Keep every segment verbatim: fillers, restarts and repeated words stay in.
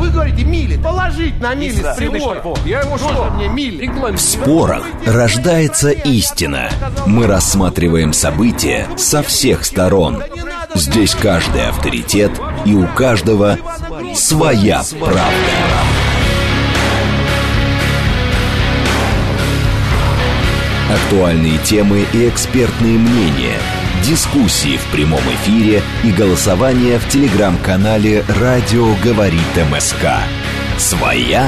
вы говорите мили. Положить на мили с прибора. Я его что? Мне мили. В спорах рождается истина. Мы рассматриваем события со всех сторон. Здесь каждый авторитет, и у каждого своя правда. Актуальные темы и экспертные мнения, дискуссии в прямом эфире и голосование в телеграм-канале «Радио говорит МСК». «Своя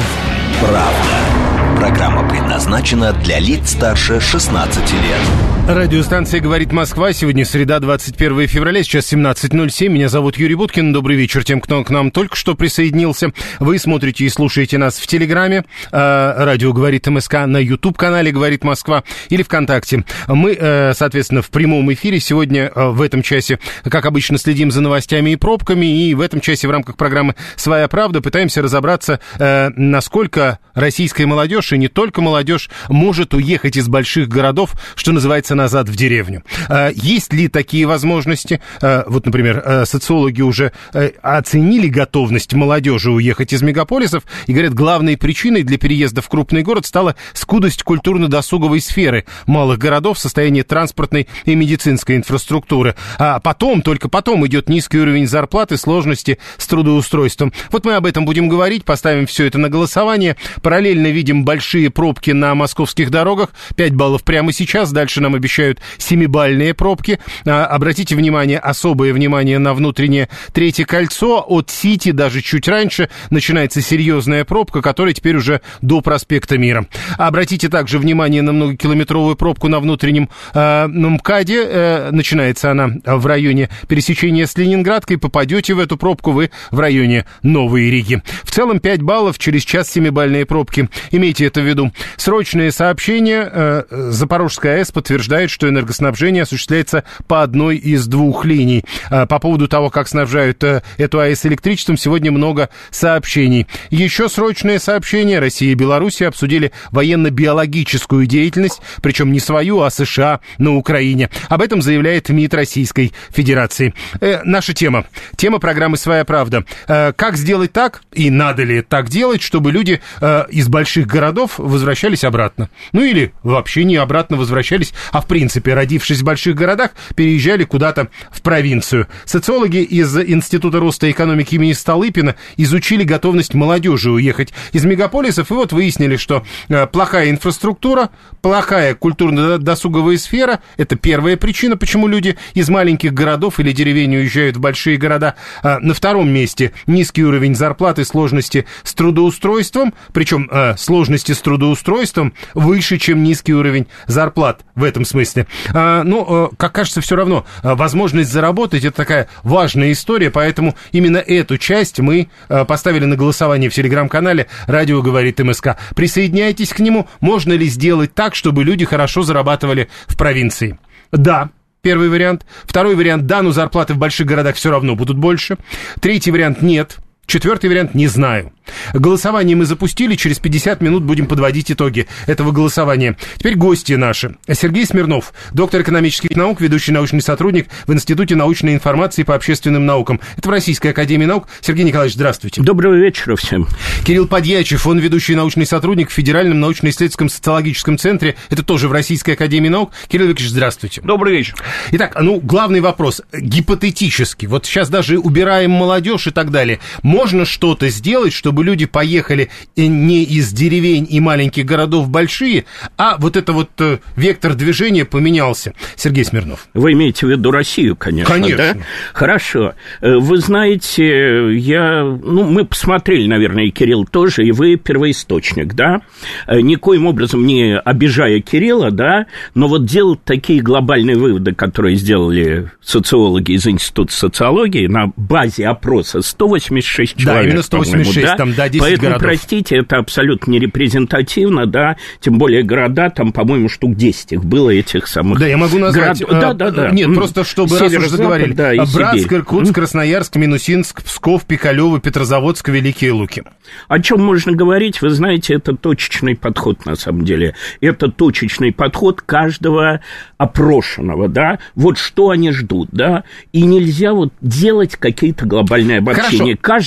правда». Программа предназначена для лиц старше шестнадцати лет. Радиостанция «Говорит Москва». Сегодня среда, двадцать первое февраля, сейчас семнадцать ноль семь. Меня зовут Юрий Буткин. Добрый вечер тем, кто к нам только что присоединился. Вы смотрите и слушаете нас в Телеграме. Радио «Говорит МСК» на YouTube-канале «Говорит Москва» или ВКонтакте. Мы, соответственно, в прямом эфире сегодня в этом часе, как обычно, следим за новостями и пробками. И в этом часе в рамках программы «Своя правда» пытаемся разобраться, насколько российская молодежь, и не только молодежь, может уехать из больших городов, что называется, назад в деревню. Есть ли такие возможности? Вот, например, социологи уже оценили готовность молодежи уехать из мегаполисов и говорят, главной причиной для переезда в крупный город стала скудость культурно-досуговой сферы малых городов, состояние транспортной и медицинской инфраструктуры. А потом, только потом идет низкий уровень зарплаты, сложности с трудоустройством. Вот мы об этом будем говорить, поставим все это на голосование. Параллельно видим большие пробки на московских дорогах. пять баллов прямо сейчас, дальше нам обещают семибальные пробки. А, обратите внимание, особое внимание на внутреннее третье кольцо. От Сити даже чуть раньше начинается серьезная пробка, которая теперь уже до проспекта Мира. Обратите также внимание на многокилометровую пробку на внутреннем э, МКАДе. Э, начинается она в районе пересечения с Ленинградкой. Попадете в эту пробку вы в районе Новой Риги. В целом пять баллов, через час семибальные пробки. Имейте это в виду. Срочное сообщение. Э, Запорожская АЭС подтверждает, что энергоснабжение осуществляется по одной из двух линий. По поводу того, как снабжают эту АЭС электричеством, сегодня много сообщений. Еще срочное сообщение. Россия и Беларусь обсудили военно-биологическую деятельность, причем не свою, а США на Украине. Об этом заявляет МИД Российской Федерации. Э, наша тема. Тема программы «Своя правда». Э, как сделать так, и надо ли так делать, чтобы люди э, из больших городов возвращались обратно? Ну или вообще не обратно возвращались, а в принципе, родившись в больших городах, переезжали куда-то в провинцию. Социологи из Института роста экономики имени Столыпина изучили готовность молодежи уехать из мегаполисов, и вот выяснили, что э, плохая инфраструктура, плохая культурно-досуговая сфера – это первая причина, почему люди из маленьких городов или деревень уезжают в большие города. А на втором месте низкий уровень зарплаты, сложности с трудоустройством, причем э, сложности с трудоустройством выше, чем низкий уровень зарплат в этом смысле. А, ну, как кажется, все равно возможность заработать – это такая важная история, поэтому именно эту часть мы поставили на голосование в телеграм-канале «Радио говорит МСК». Присоединяйтесь к нему. Можно ли сделать так, чтобы люди хорошо зарабатывали в провинции? Да. Первый вариант. Второй вариант – да, но зарплаты в больших городах все равно будут больше. Третий вариант – нет. Четвертый вариант – не знаю. Голосование мы запустили, через пятьдесят минут будем подводить итоги этого голосования. Теперь гости наши. Сергей Смирнов, доктор экономических наук, ведущий научный сотрудник в Институте научной информации по общественным наукам. Это в Российской академии наук. Сергей Николаевич, здравствуйте. Доброго вечера всем. Кирилл Подьячев, он ведущий научный сотрудник в Федеральном научно-исследовательском социологическом центре. Это тоже в Российской академии наук. Кирилл Викторович, здравствуйте. Добрый вечер. Итак, ну, главный вопрос. Гипотетически, вот сейчас даже убираем молодежь и так далее. Можно что-то сделать, чтобы люди поехали не из деревень и маленьких городов в большие, а вот это вот э, вектор движения поменялся? Сергей Смирнов. Вы имеете в виду Россию, конечно, конечно. Да? Хорошо. Вы знаете, я... Ну, мы посмотрели, наверное, и Кирилл тоже, и вы первоисточник, да? Никоим образом не обижая Кирилла, да? Но вот делать такие глобальные выводы, которые сделали социологи из Института социологии на базе опроса сто восемьдесят шесть человек, да, именно сто восемьдесят шесть, да? Там, да, десять Поэтому, городов. простите, это абсолютно не репрезентативно, да, тем более города, там, по-моему, штук десять их было, этих самых... Да, я могу назвать... Город... Да, да, да. Нет, просто чтобы, раз уже заговорили. Да, Братск, Иркутск, Красноярск, Минусинск, Псков, Пикалево, Петрозаводск, Великие Луки. О чем можно говорить? Вы знаете, это точечный подход, на самом деле. Это точечный подход каждого опрошенного, да, вот что они ждут, да, и нельзя вот делать какие-то глобальные обобщения. Хорошо.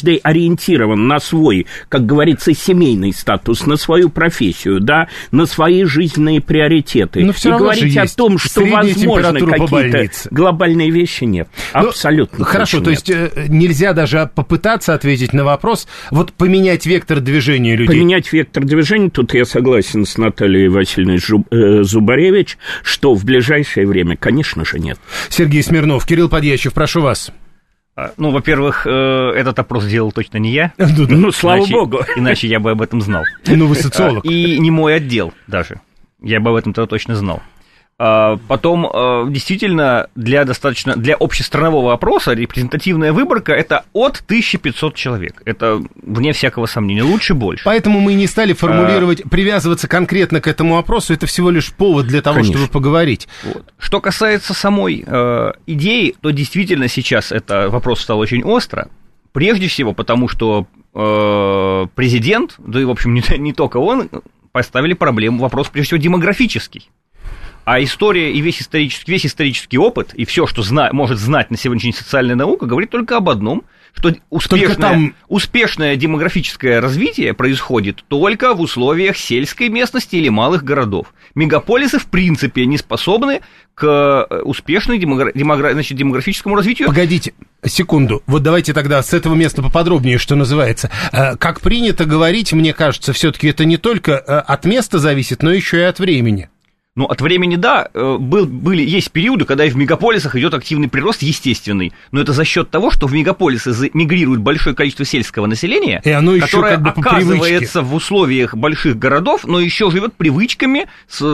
каждый ориентирован на свой, как говорится, семейный статус, на свою профессию, да, на свои жизненные приоритеты. Но все и равно говорить же о есть том, что возможны какие-то глобальные вещи, нет. Ну, абсолютно. Хорошо, то нет. есть нельзя даже попытаться ответить на вопрос, вот поменять вектор движения людей. Поменять вектор движения, тут я согласен с Натальей Васильевной Зубаревич, что в ближайшее время, конечно же, нет. Сергей Смирнов, Кирилл Подьячев, прошу вас. Ну, во-первых, этот опрос делал точно не я. Ну, ну слава иначе, богу. Иначе я бы об этом знал. Ну, вы социолог. И не мой отдел даже. Я бы об этом тогда точно знал. Потом, действительно, для достаточно для общестранового опроса репрезентативная выборка – это от тысячи пятисот человек. Это, вне всякого сомнения, лучше больше. Поэтому мы не стали формулировать, а... привязываться конкретно к этому опросу. Это всего лишь повод для того, Конечно. чтобы поговорить. Вот. Что касается самой э, идеи, то действительно сейчас это вопрос стал очень остро. Прежде всего, потому что э, президент, да и, в общем, не, не только он, поставили проблему, вопрос, прежде всего, демографический. А история и весь исторический, весь исторический опыт, и все, что зна, может знать на сегодняшний день социальная наука, говорит только об одном, что успешное, там... успешное демографическое развитие происходит только в условиях сельской местности или малых городов. Мегаполисы, в принципе, не способны к успешному демогра... демогра... значит, демографическому развитию. Погодите, секунду. Вот давайте тогда с этого места поподробнее, что называется. Как принято говорить, мне кажется, все-таки это не только от места зависит, но еще и от времени. Ну, от времени, да, был, были, есть периоды, когда и в мегаполисах идет активный прирост естественный, но это за счет того, что в мегаполисы мигрирует большое количество сельского населения, и оно еще которое как бы оказывается в условиях больших городов, но еще живет привычками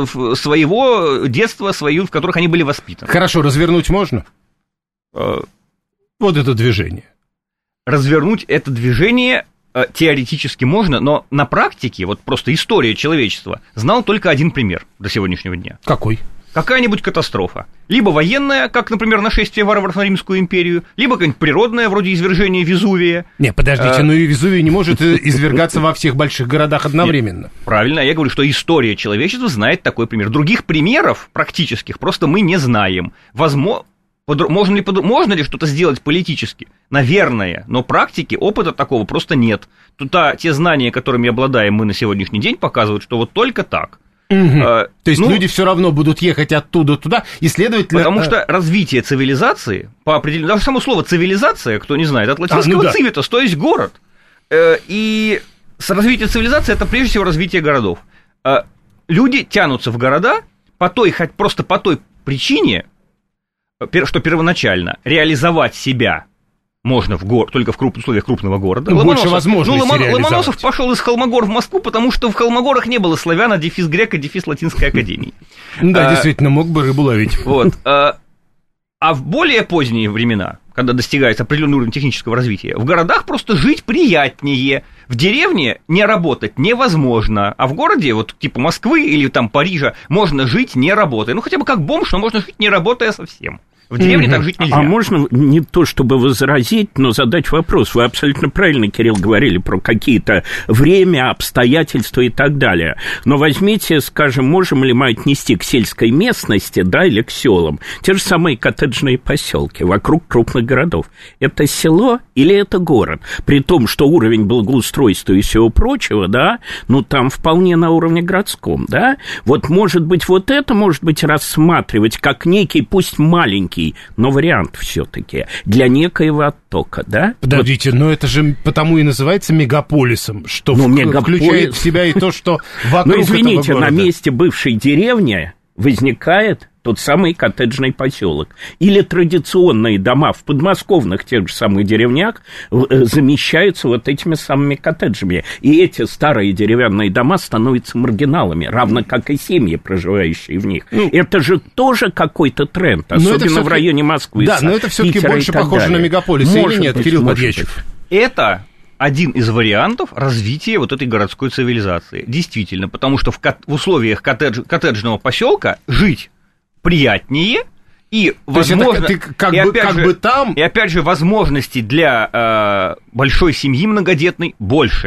своего детства, свою, в которых они были воспитаны. Хорошо, развернуть можно? Э... Вот это движение. Развернуть это движение... теоретически можно, но на практике, вот просто история человечества, знал только один пример до сегодняшнего дня. Какой? Какая-нибудь катастрофа. Либо военная, как, например, нашествие варваров на Римскую империю, либо какая-нибудь природная, вроде извержения Везувия. Не, подождите, а... но и Везувий не может извергаться во всех больших городах одновременно. Нет, правильно, я говорю, что история человечества знает такой пример. Других примеров практических просто мы не знаем. Возможно... Можно ли, можно ли что-то сделать политически? Наверное, но практики, опыта такого просто нет. Тут а, те знания, которыми обладаем мы на сегодняшний день, показывают, что вот только так. Угу. А, То есть ну, люди все равно будут ехать оттуда туда, и следовательно... Потому что развитие цивилизации, по определению, даже само слово цивилизация, кто не знает, от латинского а, ну да. civitas, то есть город. И развитие цивилизации – это прежде всего развитие городов. Люди тянутся в города по той, хоть просто по той причине, что первоначально реализовать себя можно в гор... только в круп... условиях крупного города. Ну, больше возможностей ну, Ломон... Ломоносов пошел из Холмогор в Москву, потому что в Холмогорах не было славяна, дефис грека, дефис латинской академии. Да, действительно, мог бы рыбу ловить. Вот. А в более поздние времена, когда достигается определенный уровень технического развития, в городах просто жить приятнее. В деревне не работать невозможно, а в городе, вот типа Москвы или там Парижа, можно жить не работая. Ну, хотя бы как бомж, но можно жить не работая совсем. В деревне mm-hmm. так жить нельзя. А можно не то, чтобы возразить, но задать вопрос. Вы абсолютно правильно, Кирилл, говорили про какие-то время, обстоятельства и так далее. Но возьмите, скажем, можем ли мы отнести к сельской местности, да, или к селам, те же самые коттеджные поселки вокруг крупных городов. Это село или это город? При том, что уровень благоустройства и всего прочего, да, ну, там вполне на уровне городском, да. Вот, может быть, вот это, может быть, рассматривать как некий, пусть маленький, но вариант все-таки для некоего оттока, да? Подождите, вот. Но это же потому и называется мегаполисом, что ну, в... мегаполис... включает в себя и то, что вокруг ну, извините, этого города. На месте бывшей деревни возникает тот самый коттеджный поселок. Или традиционные дома в подмосковных тех же самых деревнях замещаются вот этими самыми коттеджами. И эти старые деревянные дома становятся маргиналами, равно как и семьи, проживающие в них. Ну, это же тоже какой-то тренд, особенно в районе Москвы. Да, но это все-таки больше похоже далее. на мегаполис, или нет, быть, Кирилл Подьячев? Это... один из вариантов развития вот этой городской цивилизации. Действительно, потому что в, ко- в условиях коттедж- коттеджного поселка жить приятнее, и, возможно, ты как, и, бы, опять как же, бы там... и опять же, возможностей для э, большой семьи многодетной больше.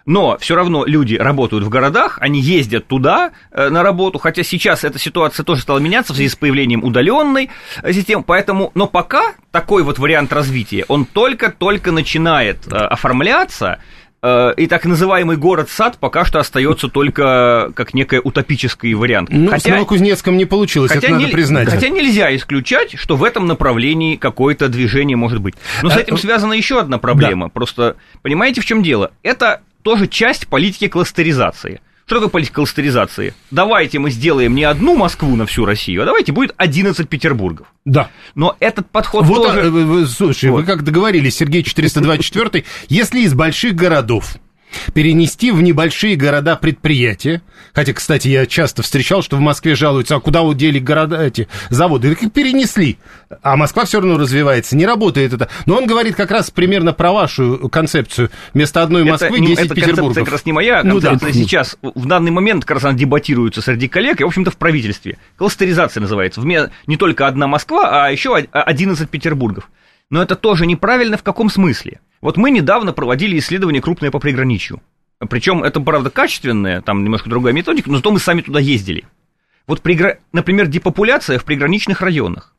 Но все равно люди работают в городах, они ездят туда э, на работу, хотя сейчас эта ситуация тоже стала меняться в связи с появлением удаленной системы, поэтому, но пока такой вот вариант развития, он только-только начинает э, оформляться, э, и так называемый город-сад пока что остается только как некий утопический вариант. Ну, хотя, с Новокузнецком не получилось, хотя это надо не, признать. Хотя нельзя исключать, что в этом направлении какое-то движение может быть. Но с этим связана еще одна проблема, да. Просто, понимаете, в чем дело? Это тоже часть политики кластеризации. Что такое политика кластеризации? Давайте мы сделаем не одну Москву на всю Россию, а давайте будет одиннадцать Петербургов. Да. Но этот подход вот, тоже... А, вы, слушай, вот. Вы как договорились, Сергей четыреста двадцать четыре, если из больших городов перенести в небольшие города предприятия, хотя, кстати, я часто встречал, что в Москве жалуются, а куда удели города, эти заводы, их перенесли, а Москва все равно развивается, не работает это. Но он говорит как раз примерно про вашу концепцию, вместо одной Москвы это, десять это Петербургов. Концепция как раз не моя, концепция ну, да. Сейчас, в данный момент, как раз она дебатируется среди коллег, и, в общем-то, в правительстве. Кластеризация называется, не только одна Москва, а еще одиннадцать Петербургов. Но это тоже неправильно в каком смысле? Вот мы недавно проводили исследование крупное по приграничью. Причем это, правда, качественное, там немножко другая методика, но зато мы сами туда ездили. Вот, пригра... например, депопуляция в приграничных районах.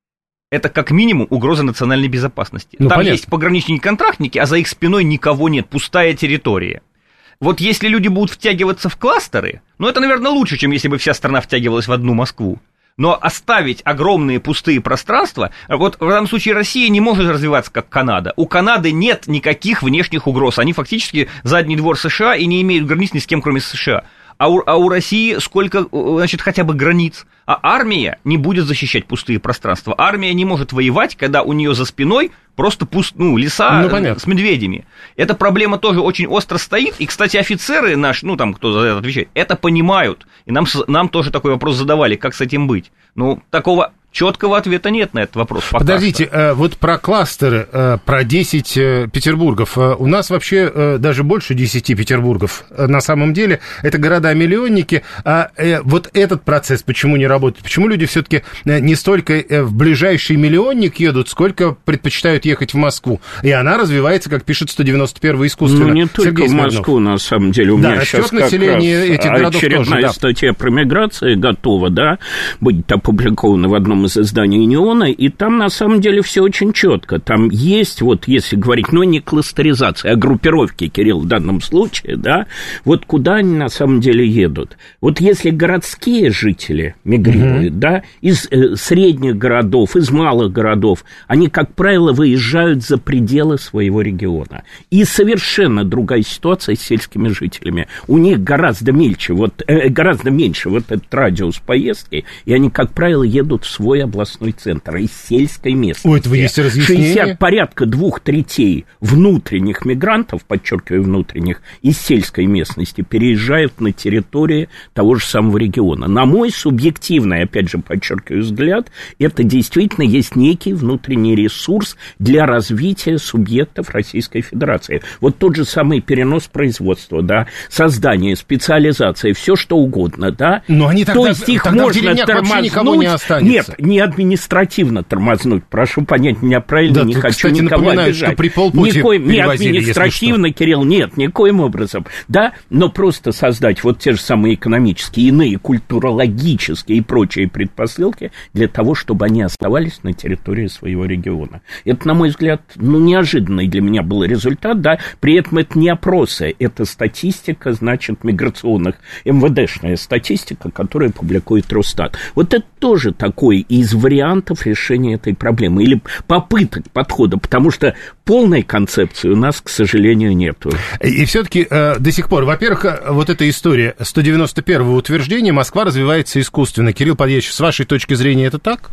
Это как минимум угроза национальной безопасности. Ну, там понятно. Есть пограничники-контрактники, а за их спиной никого нет, пустая территория. Вот если люди будут втягиваться в кластеры, ну это, наверное, лучше, чем если бы вся страна втягивалась в одну Москву. Но оставить огромные пустые пространства, вот в данном случае Россия не может развиваться как Канада. У Канады нет никаких внешних угроз, они фактически задний двор США и не имеют границ ни с кем, кроме США. А у, а у России сколько, значит, хотя бы границ? А армия не будет защищать пустые пространства. Армия не может воевать, когда у нее за спиной просто пуст, ну, леса ну, с медведями. Эта проблема тоже очень остро стоит. И, кстати, офицеры наши, ну, там, кто за это отвечает, это понимают. И нам, нам тоже такой вопрос задавали, как с этим быть. Ну, такого четкого ответа нет на этот вопрос. Подождите, э, вот про кластеры, э, про десять э, Петербургов. Э, у нас вообще э, даже больше десяти Петербургов. Э, на самом деле, это города-миллионники. А э, вот этот процесс почему не работает? Почему люди все-таки э, не столько э, в ближайший миллионник едут, сколько предпочитают ехать в Москву? И она развивается, как пишет сто девяносто первый искусственно. Ну, не только Сергей в Москву, на самом деле. У да, меня сейчас как раз этих городов очередная тоже, да. статья про миграцию готова, да, будет опубликована в одном из изданий «Неона», и там, на самом деле, все очень четко. Там есть, вот, если говорить, ну, не кластеризация, а группировки, Кирилл, в данном случае, да, вот куда они, на самом деле, едут. Вот если городские жители мигрируют, mm-hmm. да, из э, средних городов, из малых городов, они, как правило, выезжают за пределы своего региона. И совершенно другая ситуация с сельскими жителями. У них гораздо мельче, вот, э, гораздо меньше вот этот радиус поездки, и они, как правило, едут в свой областной центр из сельской местности. Ой, это вы есть разъяснение? шестьдесят, порядка двух третей внутренних мигрантов, подчеркиваю, внутренних, из сельской местности переезжают на территории того же самого региона. На мой субъективный, опять же, подчеркиваю, взгляд, это действительно есть некий внутренний ресурс для развития субъектов Российской Федерации. Вот тот же самый перенос производства, да, создание, специализация, все что угодно, да. Но они тогда, то есть их тогда можно тормознуть. Никого не останется. Нет, не административно тормознуть. Прошу понять меня правильно, да, не тут, хочу кстати, никого обижать. Что при полпути Никоим, не административно, Кирилл, нет, никоим образом. Да, но просто создать вот те же самые экономические, иные, культурологические и прочие предпосылки для того, чтобы они оставались на территории своего региона. Это, на мой взгляд, ну, неожиданный для меня был результат, да, при этом это не опросы, это статистика, значит, миграционных, эм вэ дэшная статистика, которую публикует Росстат. Вот это тоже такой из вариантов решения этой проблемы или попыток подхода, потому что полной концепции у нас, к сожалению, нету. И все-таки э, до сих пор, во-первых, вот эта история сто девяносто первого утверждения, Москва развивается искусственно. Кирилл Подъедчик, с вашей точки зрения, это так?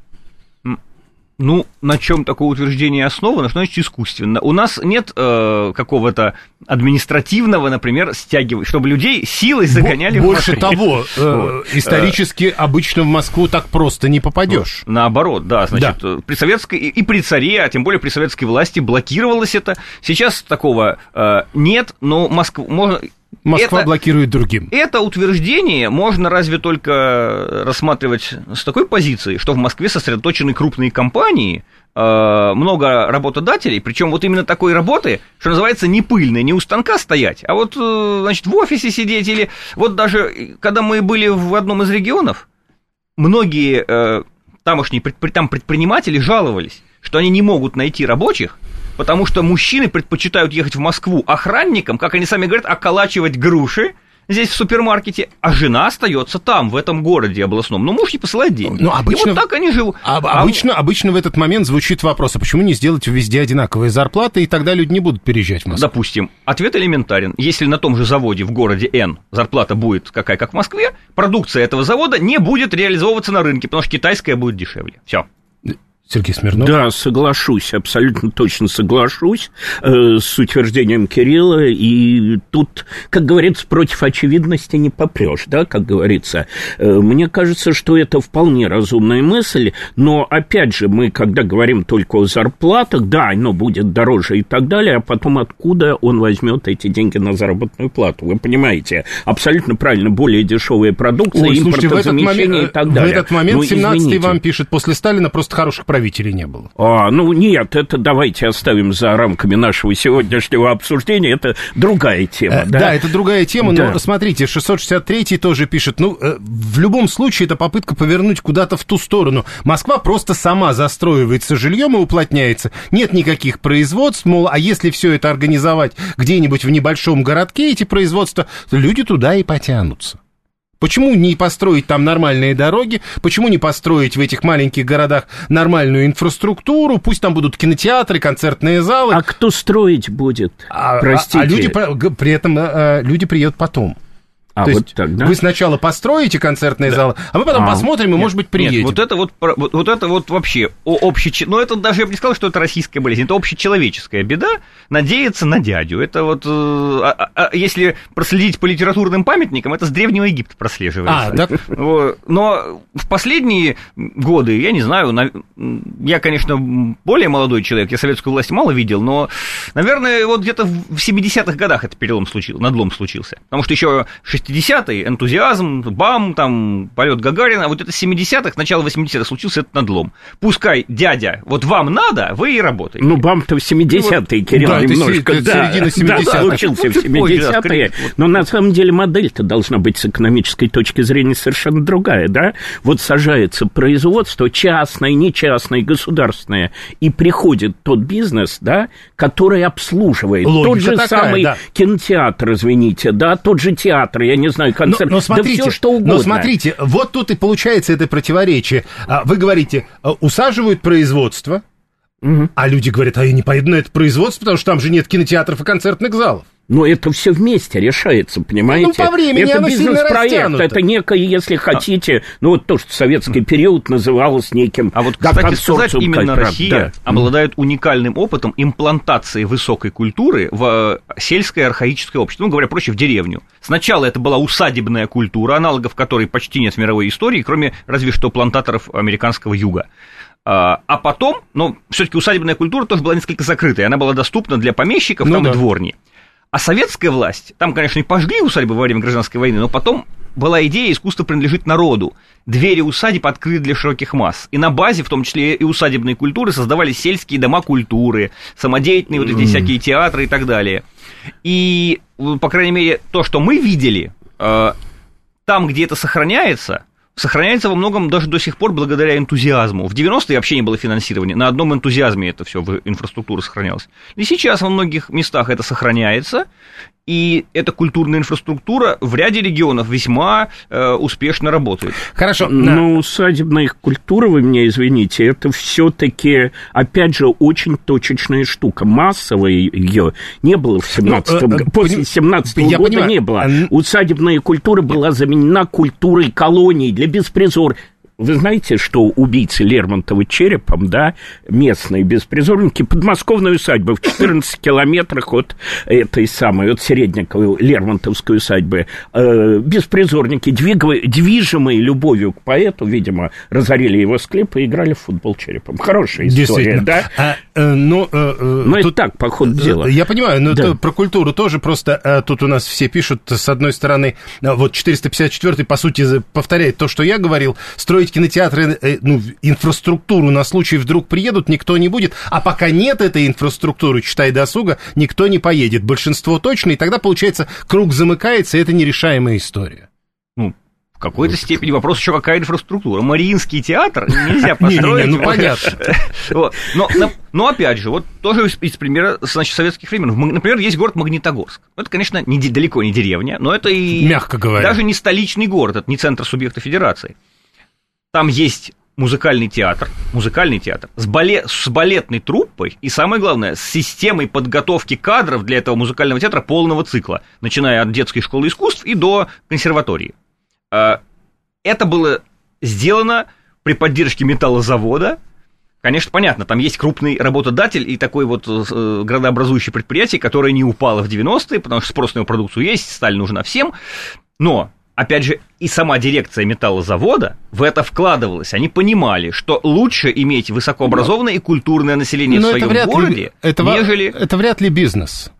Ну, на чем такое утверждение основано, что значит искусственно? У нас нет э, какого-то административного, например, стягивания, чтобы людей силой загоняли в Больше машине. того, э, вот. исторически обычно в Москву так просто не попадешь. Вот. Наоборот, да, значит, да. при советской и, и при царе, а тем более при советской власти блокировалось это. Сейчас такого э, нет, но Москва, можно... Москва это, блокирует другим. Это утверждение можно разве только рассматривать с такой позиции, что в Москве сосредоточены крупные компании, много работодателей, причем вот именно такой работы, что называется, не пыльной, не у станка стоять, а вот, значит, в офисе сидеть или... Вот даже, когда мы были в одном из регионов, многие э, тамошние предпри... там предприниматели жаловались, что они не могут найти рабочих, потому что мужчины предпочитают ехать в Москву охранникам, как они сами говорят, околачивать груши здесь в супермаркете, а жена остается там, в этом городе областном. Но муж не посылает деньги. Но обычно, и вот так они живут. А, а обычно, обычно в этот момент звучит вопрос, а почему не сделать везде одинаковые зарплаты, и тогда люди не будут переезжать в Москву? Допустим, ответ элементарен. Если на том же заводе в городе Н зарплата будет какая, как в Москве, продукция этого завода не будет реализовываться на рынке, потому что китайская будет дешевле. Все. Сергей Смирнов? Да, соглашусь, абсолютно точно соглашусь э, с утверждением Кирилла, и тут, как говорится, против очевидности не попрешь, да, как говорится. Э, мне кажется, что это вполне разумная мысль, но, опять же, мы, когда говорим только о зарплатах, да, оно будет дороже и так далее, а потом откуда он возьмет эти деньги на заработную плату? Вы понимаете, абсолютно правильно, более дешевая продукция, Ой, слушайте, импортозамещение момент, и так далее. В этот момент ну, семнадцатый вам пишет, после Сталина просто хороших правителей не было. А, ну нет, это давайте оставим за рамками нашего сегодняшнего обсуждения, это другая тема, э, да? Да, это другая тема, да. Но смотрите, шестьсот шестьдесят третий тоже пишет, ну, э, в любом случае это попытка повернуть куда-то в ту сторону. Москва просто сама застроивается жильем и уплотняется, нет никаких производств, мол, а если все это организовать где-нибудь в небольшом городке, эти производства, то люди туда и потянутся. Почему не построить там нормальные дороги? Почему не построить в этих маленьких городах нормальную инфраструктуру? Пусть там будут кинотеатры, концертные залы. А кто строить будет? А, Простите. А, а люди при этом а, люди приедут потом. А, То вот есть так, да? Вы сначала построите концертные да. залы, а мы потом а, посмотрим и, нет, может быть, приедем. Нет, вот это вот, вот, вот это вот вообще обще... Ну, это даже, я бы не сказал, что это российская болезнь, это общечеловеческая беда, надеяться на дядю. Это вот, а, а, если проследить по литературным памятникам, это с Древнего Египта прослеживается. А, да? Но в последние годы, я не знаю, я, конечно, более молодой человек, я советскую власть мало видел, но, наверное, вот где-то в семидесятых годах это перелом случился, надлом случился. Потому что еще шестидесятые, энтузиазм, бам, там, полет Гагарина, а вот это семидесятых, начало восьмидесятых случился этот надлом. Пускай, дядя, вот вам надо, вы и работаете. Ну, бам-то в семидесятые, вот, Кирилл, да, немножко, это да, середина семидесятых. Да, случился в семидесятые, но на самом деле модель-то должна быть с экономической точки зрения совершенно другая, да? Вот сажается производство частное, не частное, государственное, и приходит тот бизнес, да, который обслуживает. Логика тот же такая, самый да. кинотеатр, извините, да, тот же театр, я не знаю, концерт, но, но смотрите, да все что угодно. Но смотрите, вот тут и получается это противоречие. Вы говорите, усаживают производство, угу. а люди говорят, а я не поеду на это производство, потому что там же нет кинотеатров и концертных залов. Но это все вместе решается, понимаете? Ну, по времени это оно бизнес-проект, это некое, если хотите, а... ну, вот то, что в советский период называлось неким... А вот, кстати да, сказать, именно Россия да. обладает уникальным опытом имплантации высокой культуры в сельское архаическое общество, ну, говоря проще, в деревню. Сначала это была усадебная культура, аналогов которой почти нет в мировой истории, кроме разве что плантаторов американского юга. А потом, ну, все-таки усадебная культура тоже была несколько закрытая, она была доступна для помещиков, ну, там да. и дворни. А советская власть, там, конечно, и пожгли усадьбы во время гражданской войны, но потом была идея искусство принадлежит народу. Двери усадеб открыты для широких масс. И на базе, в том числе и усадебной культуры, создавались сельские дома культуры, самодеятельные вот эти всякие театры и так далее. И, по крайней мере, то, что мы видели, там, где это сохраняется... сохраняется во многом даже до сих пор благодаря энтузиазму. В девяностые вообще не было финансирования, на одном энтузиазме это все в инфраструктуре сохранялось. И сейчас во многих местах это сохраняется, и эта культурная инфраструктура в ряде регионов весьма э, успешно работает. Хорошо. Но усадебная культура, вы меня извините, это все-таки, опять же, очень точечная штука. Массовой ее не было в семнадцатом году. После семнадцатого года понимаю. не было. Усадебная культура была заменена культурой колоний для беспризорников. Вы знаете, что убийцы Лермонтова черепом, да, местные беспризорники, подмосковная усадьба в четырнадцати километрах от этой самой, от Середниковой Лермонтовской усадьбы, э, беспризорники, двиговые, движимые любовью к поэту, видимо, разорили его склеп и играли в футбол черепом. Хорошая история, да? А, э, но э, э, но тут, это так, по ходу дела. Я понимаю, но да. это, про культуру тоже просто э, тут у нас все пишут, с одной стороны, э, вот четыреста пятьдесят четвёртый, по сути, повторяет то, что я говорил, строить кинотеатры, э, ну, инфраструктуру на случай вдруг приедут, никто не будет, а пока нет этой инфраструктуры, читай досуга, никто не поедет, большинство точно, и тогда, получается, круг замыкается, и это нерешаемая история. Ну, в какой-то степени вопрос еще какая инфраструктура. Мариинский театр нельзя построить. Ну, понятно. Но, опять же, вот тоже из примера, значит, советских времен. Например, есть город Магнитогорск. Это, конечно, далеко не деревня, но это и... Мягко говоря. Даже не столичный город, это не центр субъекта федерации. Там есть музыкальный театр, музыкальный театр с, балет, с балетной труппой и, самое главное, с системой подготовки кадров для этого музыкального театра полного цикла, начиная от детской школы искусств и до консерватории. Это было сделано при поддержке металлозавода. Конечно, понятно, там есть крупный работодатель и такой вот градообразующее предприятие, которое не упало в девяностые, потому что спрос на его продукцию есть, сталь нужна всем, но... Опять же, и сама дирекция металлозавода в это вкладывалась. Они понимали, что лучше иметь высокообразованное и культурное население но в своем это городе, ли, это нежели... Это вряд ли бизнес.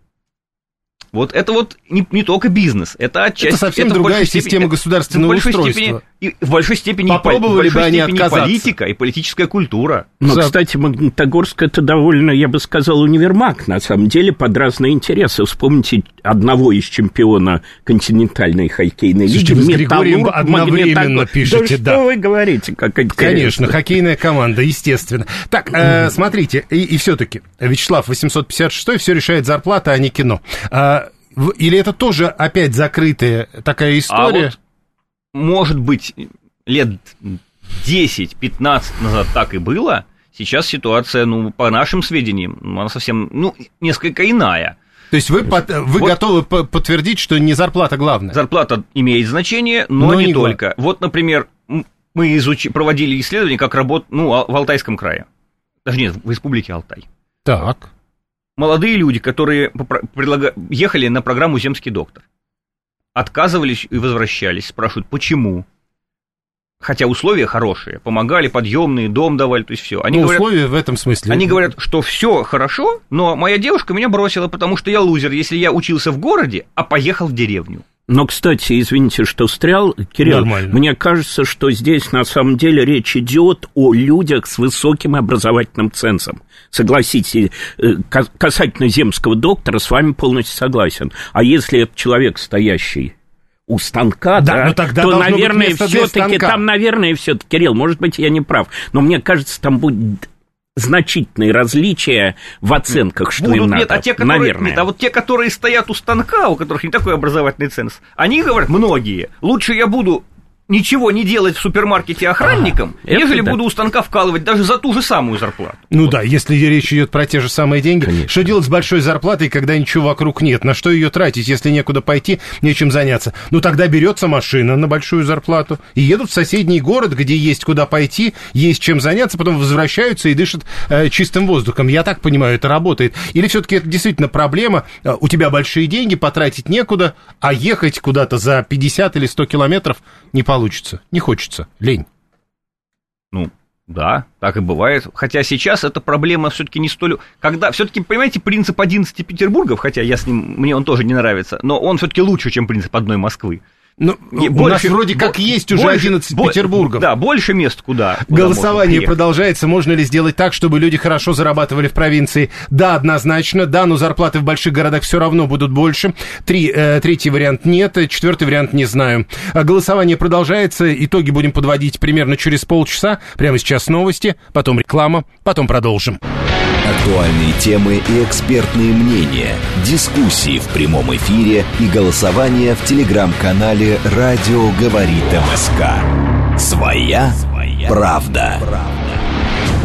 Вот это вот не, не только бизнес, это отчасти... Это совсем это другая система степени, государственного это в устройства. Степени, и в большой степени, Попробовали в большой бы они степени отказаться. Политика и политическая культура. Но, кстати, Магнитогорск – это довольно, я бы сказал, универмаг, на самом деле, под разные интересы. Вспомните одного из чемпиона континентальной хоккейной лиги. Слушайте, вы с Григорием одновременно пишете, да. да. Что вы говорите, как интересно. Конечно, хоккейная команда, естественно. Так, э, смотрите, и, и все-таки, Вячеслав, восемьсот пятьдесят шестой, все решает зарплата, а не кино. А, или это тоже опять закрытая такая история? А вот, может быть, лет десять-пятнадцать назад так и было. Сейчас ситуация, ну, по нашим сведениям, она совсем, ну, несколько иная. То есть вы, под, вы вот, готовы подтвердить, что не зарплата главная? Зарплата имеет значение, но, но не, не только. Главное. Вот, например, мы изуч... проводили исследования, как работать, ну, в Алтайском крае. Даже нет, в Республике Алтай. Так. Молодые люди, которые предлага... ехали на программу «Земский доктор», отказывались и возвращались, спрашивают, почему? Хотя условия хорошие, помогали, подъемные, дом давали, то есть все. Ну, условия в этом смысле. Они говорят, что все хорошо, но моя девушка меня бросила, потому что я лузер, если я учился в городе, а поехал в деревню. Но, кстати, извините, что встрял, Кирилл, нормально. Мне кажется, что здесь на самом деле речь идет о людях с высоким образовательным цензом. Согласитесь, касательно земского доктора с вами полностью согласен. А если это человек, стоящий у станка, да, да, тогда то, наверное, все-таки там, наверное, все-таки, Кирилл, может быть, я не прав, но мне кажется, там будет значительные различия в оценках, что Будут, им надо, нет, а те, которые, наверное. Нет, а вот те, которые стоят у станка, у которых не такой образовательный ценз, они говорят, многие, лучше я буду ничего не делать в супермаркете охранником, ага, нежели да. буду у станка вкалывать даже за ту же самую зарплату. Ну вот. Да, если речь идет про те же самые деньги. Конечно. Что делать с большой зарплатой, когда ничего вокруг нет? На что ее тратить, если некуда пойти, нечем заняться? Ну, тогда берется машина на большую зарплату и едут в соседний город, где есть куда пойти, есть чем заняться, потом возвращаются и дышат э, чистым воздухом. Я так понимаю, это работает. Или все-таки это действительно проблема? Э, у тебя большие деньги, потратить некуда, а ехать куда-то за пятьдесят или сто километров не получится. Не хочется, лень. Ну, да, так и бывает. Хотя сейчас эта проблема все-таки не столь... Когда, все-таки, понимаете, принцип одиннадцати Петербургов, хотя я с ним, мне он тоже не нравится, но он все-таки лучше, чем принцип одной Москвы. Ну, у больше, нас вроде как бо- есть уже больше, одиннадцать бо- Петербургов. Да, больше мест куда. куда Голосование продолжается. Можно ли сделать так, чтобы люди хорошо зарабатывали в провинции? Да, однозначно. Да, но зарплаты в больших городах все равно будут больше. Три, э, третий вариант нет. Четвертый вариант не знаю. Голосование продолжается. Итоги будем подводить примерно через полчаса. Прямо сейчас новости, потом реклама, потом продолжим. Актуальные темы и экспертные мнения, дискуссии в прямом эфире и голосование в телеграм-канале «Радио говорит МСК». Своя правда.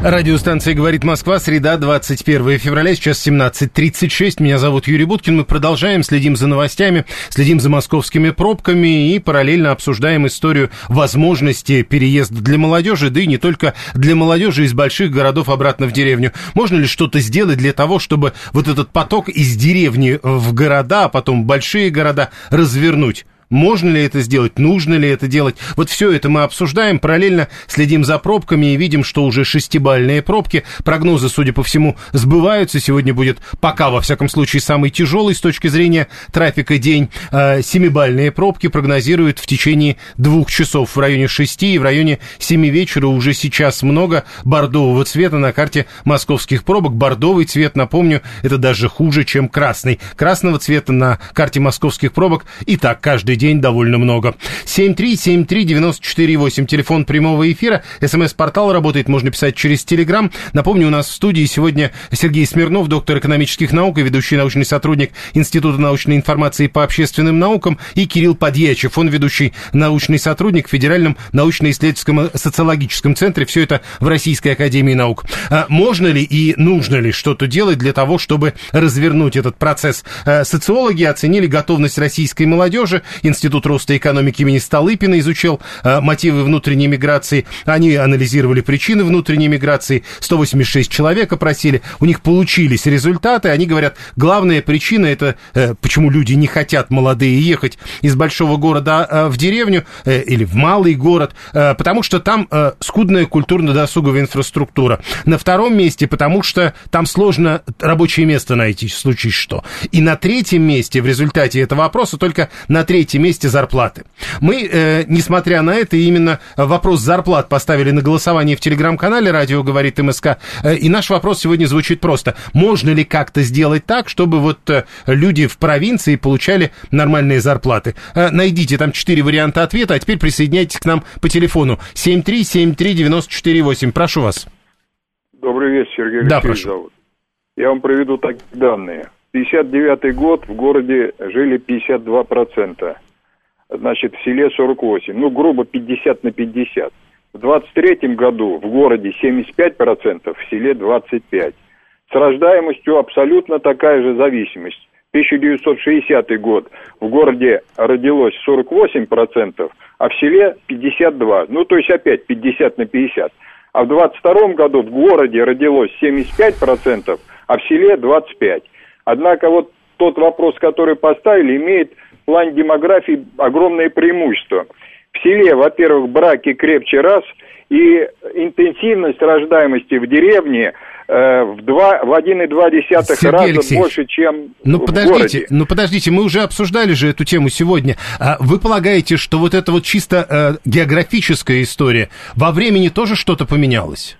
Радиостанция «Говорит Москва», среда, двадцать первое февраля, сейчас семнадцать тридцать шесть. Меня зовут Юрий Буткин. Мы продолжаем, следим за новостями, следим за московскими пробками и параллельно обсуждаем историю возможности переезда для молодежи, да и не только для молодежи из больших городов обратно в деревню. Можно ли что-то сделать для того, чтобы вот этот поток из деревни в города, а потом в большие города развернуть? Можно ли это сделать? Нужно ли это делать? Вот все это мы обсуждаем, параллельно следим за пробками и видим, что уже шестибалльные пробки. Прогнозы, судя по всему, сбываются. Сегодня будет пока, во всяком случае, самый тяжелый с точки зрения трафика день. Семибалльные пробки прогнозируют в течение двух часов в районе шести и в районе семи вечера. Уже сейчас много бордового цвета на карте московских пробок. Бордовый цвет, напомню, это даже хуже, чем красный. Красного цвета на карте московских пробок и так каждый день довольно много. семь три семь три девять четыре восемь, телефон прямого эфира, смс-портал работает, можно писать через Телеграм. Напомню, у нас в студии сегодня Сергей Смирнов, доктор экономических наук и ведущий научный сотрудник Института научной информации по общественным наукам, и Кирилл Подьячев, он ведущий научный сотрудник в Федеральном научно-исследовательском социологическом центре, все это в Российской академии наук. А можно ли и нужно ли что-то делать для того, чтобы развернуть этот процесс? А социологи оценили готовность российской молодежи. Институт роста экономики имени Столыпина изучал а, мотивы внутренней миграции. Они анализировали причины внутренней миграции. сто восемьдесят шесть человек опросили. У них получились результаты. Они говорят, главная причина это э, почему люди не хотят, молодые, ехать из большого города э, в деревню э, или в малый город, э, потому что там э, скудная культурно-досуговая инфраструктура. На втором месте, потому что там сложно рабочее место найти, в случае что. И на третьем месте, в результате этого опроса, только на третьем месте зарплаты. Мы, э, несмотря на это, именно вопрос зарплат поставили на голосование в телеграм-канале «Радио говорит МСК». Э, и наш вопрос сегодня звучит просто. Можно ли как-то сделать так, чтобы вот э, люди в провинции получали нормальные зарплаты? Э, найдите там четыре варианта ответа, а теперь присоединяйтесь к нам по телефону семь три семь три девять четыре восемь. Прошу вас. Добрый вечер, Сергей Алексеевич. Да, прошу. Зовут. Я вам приведу такие данные. пятьдесят девятый год, в городе жили пятьдесят два процента. Значит, в селе сорок восемь. Ну, грубо пятьдесят на пятьдесят. В двадцать третьем году в городе семьдесят пять процентов, в селе двадцать пять процентов. С рождаемостью абсолютно такая же зависимость. тысяча девятьсот шестидесятый год в городе родилось сорок восемь процентов, а в селе пятьдесят два процента. Ну, то есть опять пятьдесят на пятьдесят. А в двадцать втором году в городе родилось семьдесят пять процентов, а в селе двадцать пять процентов. Однако вот тот вопрос, который поставили, имеет в плане демографии огромное преимущество. В селе, во-первых, браки крепче раз, и интенсивность рождаемости в деревне э, в, два, в один и два десятых раза Алексеевич, больше, чем ну, в подождите, городе. Ну, подождите, мы уже обсуждали же эту тему сегодня. Вы полагаете, что вот эта вот чисто э, географическая история во времени тоже что-то поменялось?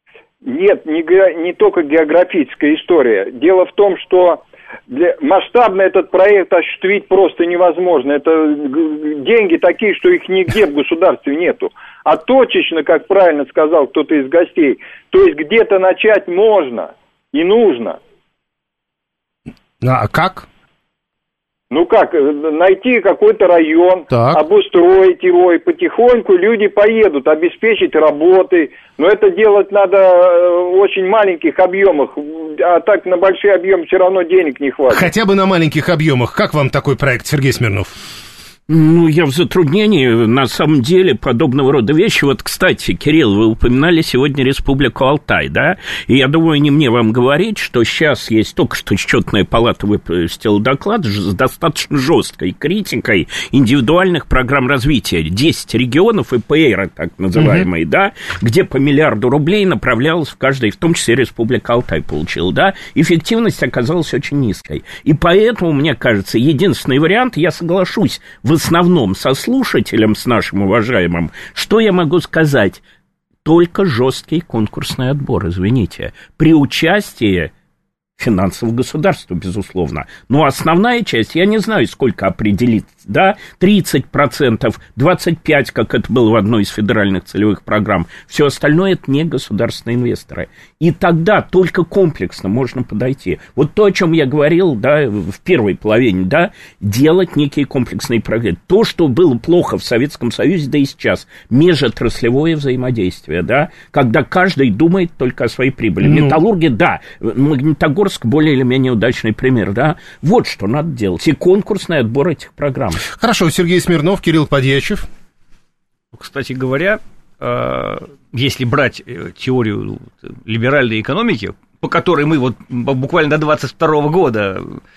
Нет, не, не только географическая история. Дело в том, что для, масштабно этот проект осуществить просто невозможно. Это деньги такие, что их нигде в государстве нету. А точечно, как правильно сказал кто-то из гостей, то есть где-то начать можно и нужно. А как? Ну как, найти какой-то район, так. обустроить его, и потихоньку люди поедут, обеспечить работой. Но это делать надо в очень маленьких объемах, а так на большие объемы все равно денег не хватит. Хотя бы на маленьких объемах. Как вам такой проект, Сергей Смирнов? Ну, я в затруднении, на самом деле, подобного рода вещи. Вот, кстати, Кирилл, вы упоминали сегодня Республику Алтай, да? И я думаю, не мне вам говорить, что сейчас есть, только что Счетная палата выпустила доклад с достаточно жесткой критикой индивидуальных программ развития. десять регионов и ИПР, так называемые, mm-hmm. да, где по миллиарду рублей направлялось в каждой, в том числе Республика Алтай получила, да? Эффективность оказалась очень низкой. И поэтому, мне кажется, единственный вариант, я соглашусь, в основном со слушателем, с нашим уважаемым, что я могу сказать? Только жесткий конкурсный отбор, извините, при участии финансового государства, безусловно. Но основная часть, я не знаю, сколько определится да, тридцать процентов, двадцать пять процентов, как это было в одной из федеральных целевых программ. Все остальное – это не государственные инвесторы. И тогда только комплексно можно подойти. Вот то, о чем я говорил, да, в первой половине, да, делать некие комплексные проекты. То, что было плохо в Советском Союзе, да и сейчас, межотраслевое взаимодействие, да, когда каждый думает только о своей прибыли. Ну... Металлурги, да, Магнитогорск более или менее удачный пример, да. Вот что надо делать. И конкурсный отбор этих программ. Хорошо, Сергей Смирнов, Кирилл Подьячев. Кстати говоря, если брать теорию либеральной экономики, по которой мы вот буквально до двадцать второго года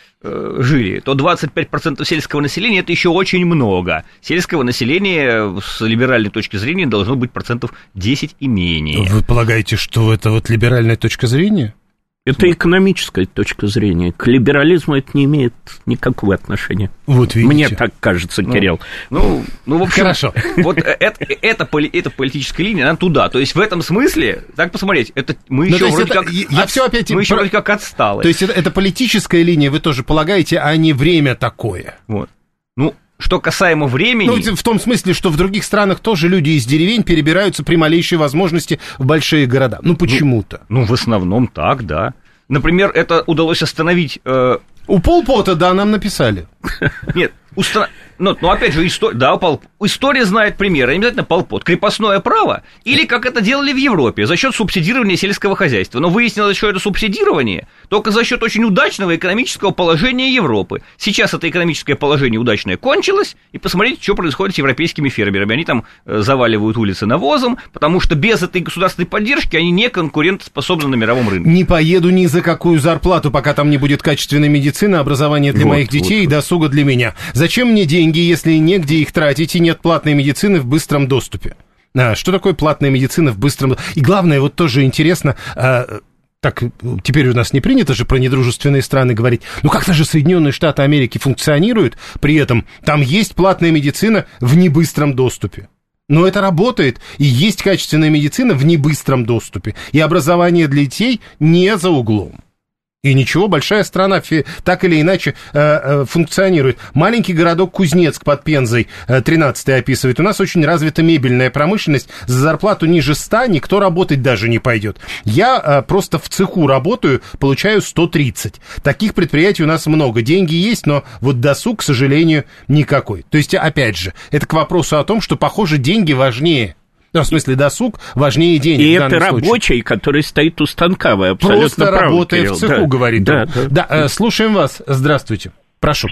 жили, то двадцать пять процентов сельского населения – это еще очень много. Сельского населения с либеральной точки зрения должно быть процентов десять и менее. Вы полагаете, что это вот либеральная точка зрения? Это экономическая точка зрения. К либерализму это не имеет никакого отношения. Вот видите. Мне так кажется, Кирилл. Ну, ну, ну в общем, хорошо. Вот это, это, это политическая линия, она туда. То есть в этом смысле, так посмотреть, это мы еще вроде это, как я от, все опять мы еще про... вроде как отсталые. То есть это, это политическая линия, вы тоже полагаете, а не время такое. Вот. Ну, что касаемо времени... Ну, в том смысле, что в других странах тоже люди из деревень перебираются при малейшей возможности в большие города. Ну, почему-то. Ну, ну в основном так, да. Например, это удалось остановить... Э... У Пол Пота, да, нам написали. Нет, установ... Ну, ну, опять же, история, да, Пол... история знает примеры, не обязательно Пол Пот. Крепостное право, или как это делали в Европе, за счет субсидирования сельского хозяйства. Но выяснилось, что это субсидирование только за счет очень удачного экономического положения Европы. Сейчас это экономическое положение удачное кончилось, и посмотрите, что происходит с европейскими фермерами. Они там заваливают улицы навозом, потому что без этой государственной поддержки они не конкурентоспособны на мировом рынке. Не поеду ни за какую зарплату, пока там не будет качественной медицины, образования для вот, моих детей вот, и досуга для меня. Зачем мне деньги, если негде их тратить и нет платной медицины в быстром доступе? А, что такое платная медицина в быстром доступе? И главное, вот тоже интересно, а, так теперь у нас не принято же про недружественные страны говорить, ну как-то же Соединенные Штаты Америки функционируют, при этом там есть платная медицина в небыстром доступе. Но это работает, и есть качественная медицина в небыстром доступе, и образование для детей не за углом. И ничего, большая страна так или иначе э, э, функционирует. Маленький городок Кузнецк под Пензой, э, тринадцатый описывает. У нас очень развита мебельная промышленность. За зарплату ниже ста никто работать даже не пойдет. Я э, просто в цеху работаю, получаю сто тридцать. Таких предприятий у нас много. Деньги есть, но вот досуг, к сожалению, никакой. То есть, опять же, это к вопросу о том, что, похоже, деньги важнее. В смысле, досуг важнее денег. И это рабочий, который стоит у станка, вы абсолютно Просто правы, работая Кирилл. в цеху, да. говорит да, он. да. Да, э, слушаем вас. Здравствуйте. Прошу.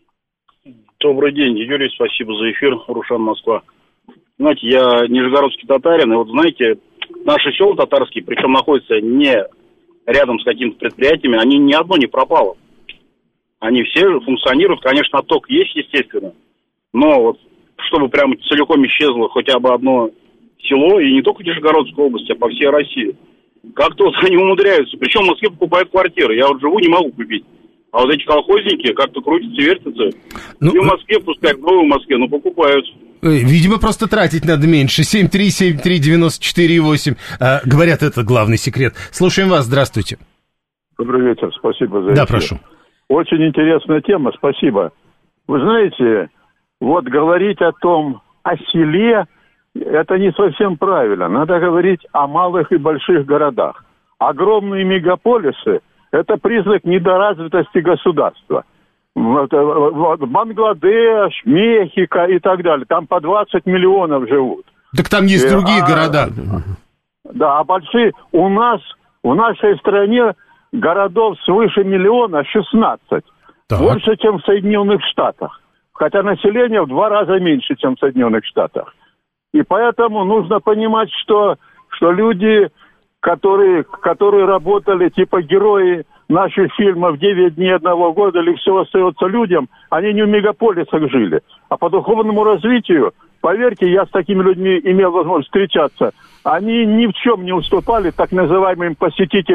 Добрый день, Юрий, спасибо за эфир. Рушан, Москва. Знаете, я нижегородский татарин, и вот, знаете, наши села татарские, причем находятся не рядом с какими-то предприятиями, они ни одно не пропало. Они все функционируют, конечно, отток есть, естественно, но вот чтобы прямо целиком исчезло хотя бы одно село, и не только в Нижегородской области, а по всей России. Как-то вот они умудряются. Причем в Москве покупают квартиры. Я вот живу, не могу купить. А вот эти колхозники как-то крутятся, вертятся. Ну, и в Москве, пускай в в Москве, но покупают. Видимо, просто тратить надо меньше. семь три семь три девяносто четыре восемь. А, говорят, это главный секрет. Слушаем вас. Здравствуйте. Добрый вечер. Спасибо за Да, эфир. прошу. Очень интересная тема. Спасибо. Вы знаете, вот говорить о том, о селе, это не совсем правильно. Надо говорить о малых и больших городах. Огромные мегаполисы – это признак недоразвитости государства. Вот, вот, Бангладеш, Мехико и так далее. Там по двадцать миллионов живут. Так там есть другие а, города. Да, а большие... У нас, в нашей стране городов свыше миллиона шестнадцать. Так. Больше, чем в Соединенных Штатах. Хотя население в два раза меньше, чем в Соединенных Штатах. И поэтому нужно понимать, что, что люди, которые, которые работали, типа герои наших фильмов «Девять дней одного года» или «Все остается людям», они не в мегаполисах жили. А по духовному развитию, поверьте, я с такими людьми имел возможность встречаться, они ни в чем не уступали так называемым посетителям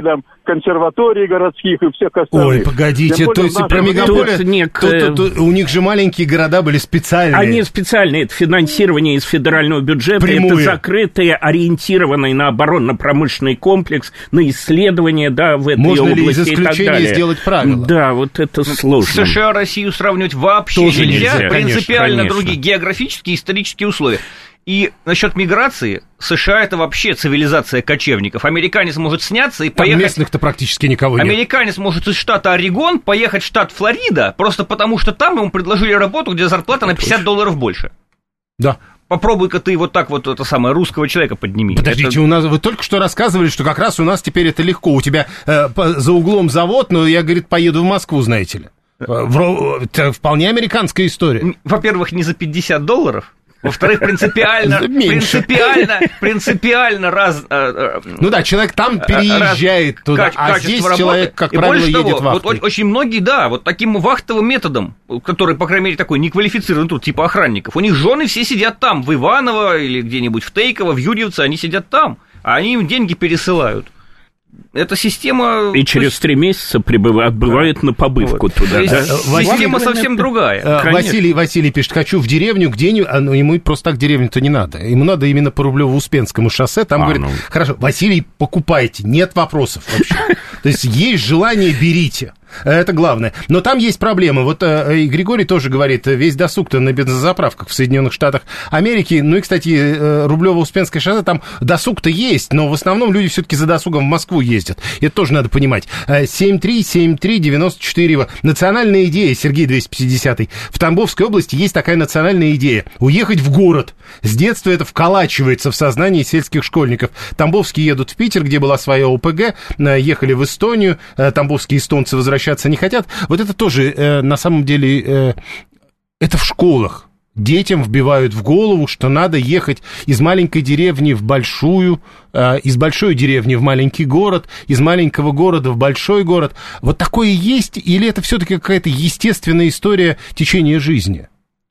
консерваторий городских и всех остальных. Ой, погодите, то есть про мегаполис, нек... то, то, то, у них же маленькие города были специальные. Они специальные, это финансирование из федерального бюджета, Прямую. Это закрытые, ориентированные на оборонно-промышленный комплекс, на исследования, да, в этой Можно области ли из исключения сделать правила? Да, вот это сложно. США, Россию сравнивать вообще Тоже нельзя, нельзя. принципиально Конечно, другие географические и исторические условия. И насчет миграции, США это вообще цивилизация кочевников. Американец может сняться и Там поехать... местных-то практически никого нет. Американец может из штата Орегон поехать в штат Флорида, просто потому что там ему предложили работу, где зарплата на пятьдесят долларов больше. Да. Попробуй-ка ты вот так вот это самое русского человека подними. Подождите, это... у нас вы только что рассказывали, что как раз у нас теперь это легко. У тебя э, по, за углом завод, но я, говорит, поеду в Москву, знаете ли. В, это вполне американская история. Во-первых, не за пятьдесят долларов. Во-вторых, принципиально, принципиально, принципиально раз... Ну да, человек там переезжает раз, туда, а здесь работы. Человек, как и правило, едет того, вахтой. Вот очень многие, да, вот таким вахтовым методом, который, по крайней мере, такой неквалифицированный труд, типа охранников, у них жены все сидят там, в Иваново или где-нибудь в Тейково, в Юрьевце, они сидят там, а они им деньги пересылают. Эта система... И через три месяца прибывают, отбывают на побывку вот. Туда. Да? Система совсем другая. Василий, Василий пишет, хочу в деревню, где... Ну, ему просто так деревню-то не надо. Ему надо именно по Рублево-Успенскому шоссе. Там, а, говорит, ну... хорошо, Василий, покупайте, нет вопросов вообще. То есть есть желание, берите. Это главное. Но там есть проблемы. Вот э, и Григорий тоже говорит, весь досуг-то на бензозаправках в Соединенных Штатах Америки. Ну и, кстати, э, Рублево-Успенское шоссе, там досуг-то есть, но в основном люди все-таки за досугом в Москву ездят. Это тоже надо понимать. семь три семь три девяносто четыре. Национальная идея, Сергей двести пятидесятый. В Тамбовской области есть такая национальная идея. Уехать в город. С детства это вколачивается в сознание сельских школьников. Тамбовские едут в Питер, где была своя ОПГ, ехали в Эстонию. Тамбовские эстонцы возвращаются возвращаться не хотят. Вот это тоже, э, на самом деле, э, это в школах. Детям вбивают в голову, что надо ехать из маленькой деревни в большую, э, из большой деревни в маленький город, из маленького города в большой город. Вот такое есть, или это все-таки какая-то естественная история течения жизни?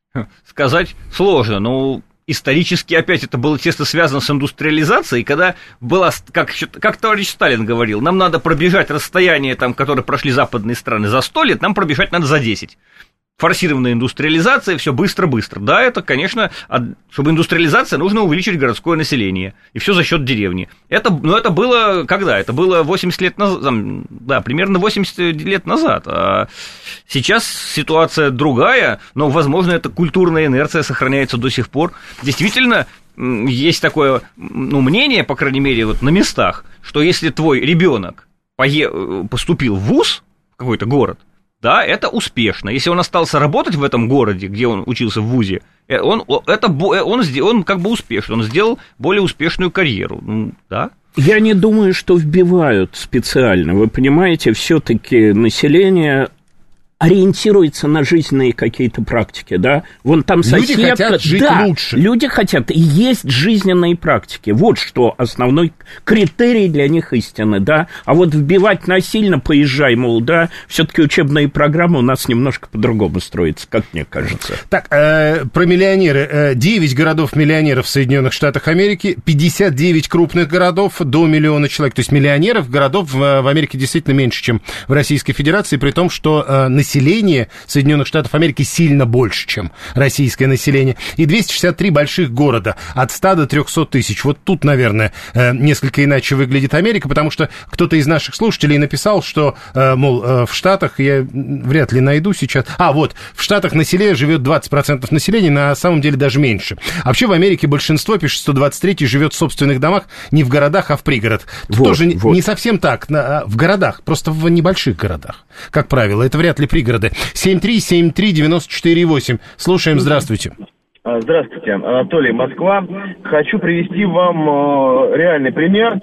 Сказать сложно, но... Исторически, опять, это было тесно связано с индустриализацией, когда была, как, как товарищ Сталин говорил, нам надо пробежать расстояние, там, которое прошли западные страны за сто лет, нам пробежать надо за десять. Форсированная индустриализация, все быстро-быстро. Да, это, конечно, чтобы индустриализация, нужно увеличить городское население. И все за счет деревни. Это, но это было когда? Это было восемьдесят лет назад, да, примерно восемьдесят лет назад. А сейчас ситуация другая, но, возможно, эта культурная инерция сохраняется до сих пор. Действительно, есть такое, ну, мнение, по крайней мере, вот на местах, что если твой ребенок пое- поступил в вуз, в какой-то город, да, это успешно. Если он остался работать в этом городе, где он учился в вузе, он, это, он, он как бы успешен, он сделал более успешную карьеру, да? Я не думаю, что вбивают специально. Вы понимаете, все-таки население ориентируется на жизненные какие-то практики, да? Вон там соседка... Люди хотят жить да, лучше. Люди хотят, и есть жизненные практики. Вот что основной критерий для них истины, да? А вот вбивать насильно, поезжай, мол, да, все-таки учебные программы у нас немножко по-другому строятся, как мне кажется. Так, э, про миллионеры. девять городов-миллионеров в Соединенных Штатах Америки, пятьдесят девять крупных городов до миллиона человек. То есть миллионеров, городов в, в Америке действительно меньше, чем в Российской Федерации, при том, что э, население Соединенных Штатов Америки сильно больше, чем российское население. И двести шестьдесят три больших города от ста до трехсот тысяч. Вот тут, наверное, несколько иначе выглядит Америка, потому что кто-то из наших слушателей написал, что, мол, в Штатах, я вряд ли найду сейчас... А, вот, в Штатах населения живет двадцать процентов населения, на самом деле даже меньше. А вообще в Америке большинство, пишет сто двадцать третий, живет в собственных домах, не в городах, а в пригородах. Вот, тоже вот. Не совсем так, в городах, просто в небольших городах, как правило. Это вряд ли пригороды. семь три семь три девяносто четыре восемь. Слушаем, здравствуйте. Здравствуйте, Анатолий, Москва. Хочу привести вам реальный пример.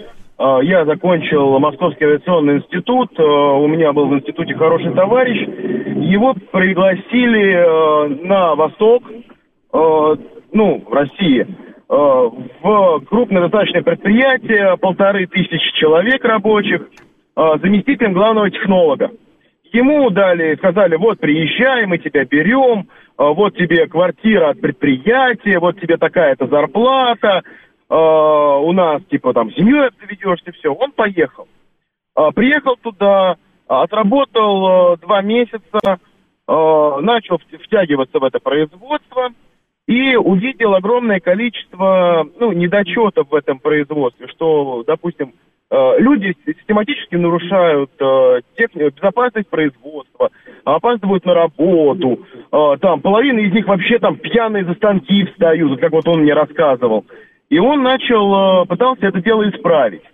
Я закончил Московский авиационный институт. У меня был в институте хороший товарищ. Его пригласили на восток, ну, в России, в крупное достаточное предприятие, полторы тысячи человек рабочих, заместителем главного технолога. Ему дали, сказали, вот, приезжай, мы тебя берем, вот тебе квартира от предприятия, вот тебе такая-то зарплата, у нас, типа, там, семьей обзаведешься, все. Он поехал. Приехал туда, отработал два месяца, начал втягиваться в это производство и увидел огромное количество, ну, недочетов в этом производстве, что, допустим, люди систематически нарушают техни- безопасность производства, опаздывают на работу, там половина из них вообще там пьяные за станки встают, как вот он мне рассказывал. И он начал, пытался это дело исправить.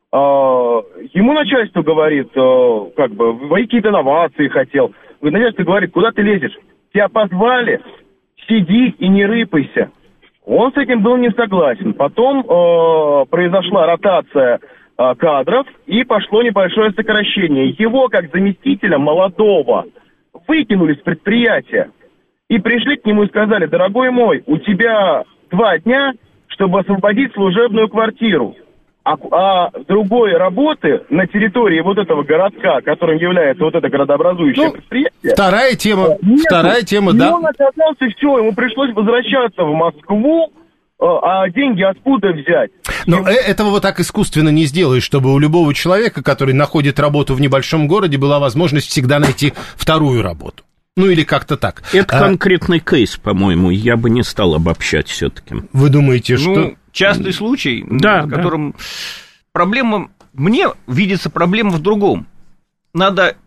Ему начальство говорит, как бы, вы какие-то инновации хотел. Начальство говорит, куда ты лезешь? Тебя позвали, сиди и не рыпайся. Он с этим был не согласен. Потом э, произошла ротация э, кадров, и пошло небольшое сокращение. Его, как заместителя молодого, выкинули с предприятия. И пришли к нему и сказали, дорогой мой, у тебя два дня, чтобы освободить служебную квартиру. А, а другой работы на территории вот этого городка, которым является вот это городообразующее ну, предприятие... Вторая тема, нету. вторая тема, и да. он оказался, все, ему пришлось возвращаться в Москву, а деньги откуда взять? Но и... этого вот так искусственно не сделаешь, чтобы у любого человека, который находит работу в небольшом городе, была возможность всегда найти вторую работу. Ну, или как-то так. Это а... конкретный кейс, по-моему, я бы не стал обобщать все-таки. Вы думаете, что... Ну, частый случай, да, в да. котором проблема... Мне видится проблема в другом. Надо,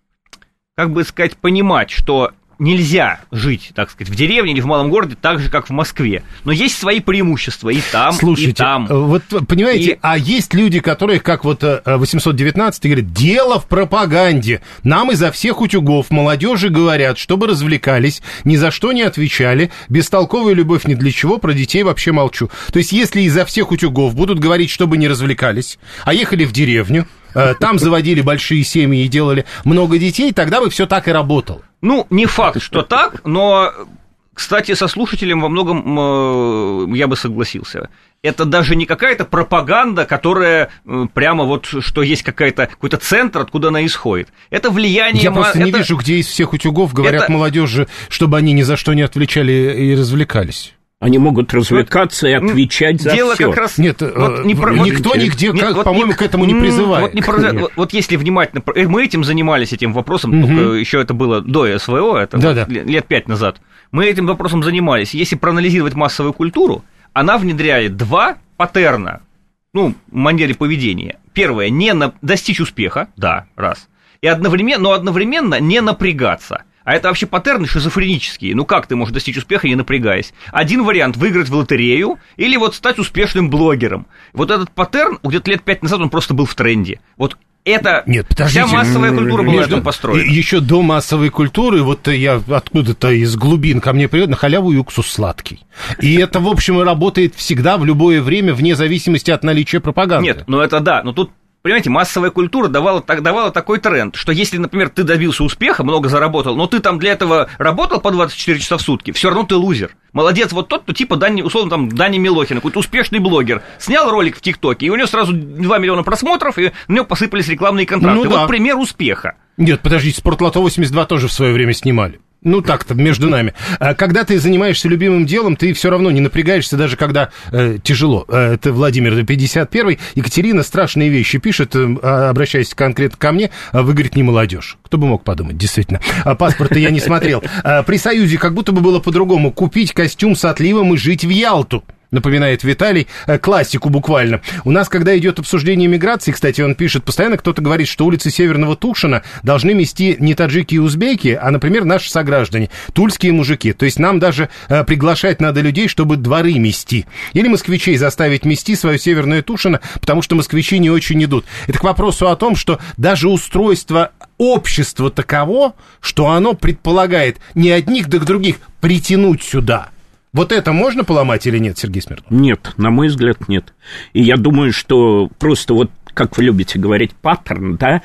как бы сказать, понимать, что нельзя жить, так сказать, в деревне или в малом городе так же, как в Москве. Но есть свои преимущества и там, Слушайте, и там. Вот понимаете, и... а есть люди, которые, как вот восемьсот девятнадцатый, говорят, дело в пропаганде. Нам изо всех утюгов молодежи говорят, чтобы развлекались, ни за что не отвечали, бестолковая любовь ни для чего, про детей вообще молчу. То есть, если изо всех утюгов будут говорить, чтобы не развлекались, а ехали в деревню, там заводили большие семьи и делали много детей, тогда бы все так и работало. Ну, не факт, что так, но, кстати, со слушателем во многом э, я бы согласился. Это даже не какая-то пропаганда, которая э, прямо вот, что есть какая-то, какой-то центр, откуда она исходит. Это влияние... Я просто это... не вижу, где из всех утюгов говорят это... молодежи, чтобы они ни за что не отвечали и развлекались. Они могут развлекаться вот, и отвечать за дело всё. Как раз... Нет, вот, не про... никто вот, нигде, нет, как, вот, по-моему, не... к этому не призывает. Вот, не про... вот, вот если внимательно... Мы этим занимались, этим вопросом, угу. только еще это было до СВО, это да, вот да. лет пять назад. Мы этим вопросом занимались. Если проанализировать массовую культуру, она внедряет два паттерна, ну, в манере поведения. Первое, не на... достичь успеха, да, раз. И одновременно, но одновременно не напрягаться. А это вообще паттерны шизофренические. Ну как ты можешь достичь успеха, не напрягаясь? Один вариант – выиграть в лотерею или вот стать успешным блогером. Вот этот паттерн, где-то лет пять назад он просто был в тренде. Вот это Нет, подождите, вся массовая культура была на этом построена. Еще до массовой культуры, вот я откуда-то из глубин ко мне придет, на халяву и уксус сладкий. И это, в общем, работает всегда, в любое время, вне зависимости от наличия пропаганды. Нет, ну это да, но тут... Понимаете, массовая культура давала, так, давала такой тренд, что если, например, ты добился успеха, много заработал, но ты там для этого работал по двадцать четыре часа в сутки, все равно ты лузер. Молодец вот тот, кто типа Дани, условно там Дани Милохин, какой-то успешный блогер, снял ролик в ТикТоке, и у него сразу два миллиона просмотров, и на него посыпались рекламные контракты. Ну, да. Вот пример успеха. Нет, подождите, Спортлото восемьдесят два тоже в свое время снимали. Ну, так-то, между нами. Когда ты занимаешься любимым делом, ты все равно не напрягаешься, даже когда э, тяжело. Это Владимир, пятьдесят первый. Екатерина страшные вещи пишет, э, обращаясь конкретно ко мне. Вы, говорит, не молодежь. Кто бы мог подумать, действительно. Паспорта я не смотрел. При Союзе как будто бы было по-другому. Купить костюм с отливом и жить в Ялту. Напоминает Виталий, классику буквально. У нас, когда идет обсуждение миграции, кстати, он пишет, постоянно кто-то говорит, что улицы Северного Тушина должны мести не таджики и узбеки, а, например, наши сограждане, тульские мужики. То есть нам даже э, приглашать надо людей, чтобы дворы мести. Или москвичей заставить мести свое Северное Тушино, потому что москвичи не очень идут. Это к вопросу о том, что даже устройство общества таково, что оно предполагает не одних, да к других притянуть сюда. Вот это можно поломать или нет, Сергей Смирнов? Нет, на мой взгляд, нет. И я думаю, что просто вот, как вы любите говорить, паттерн, да,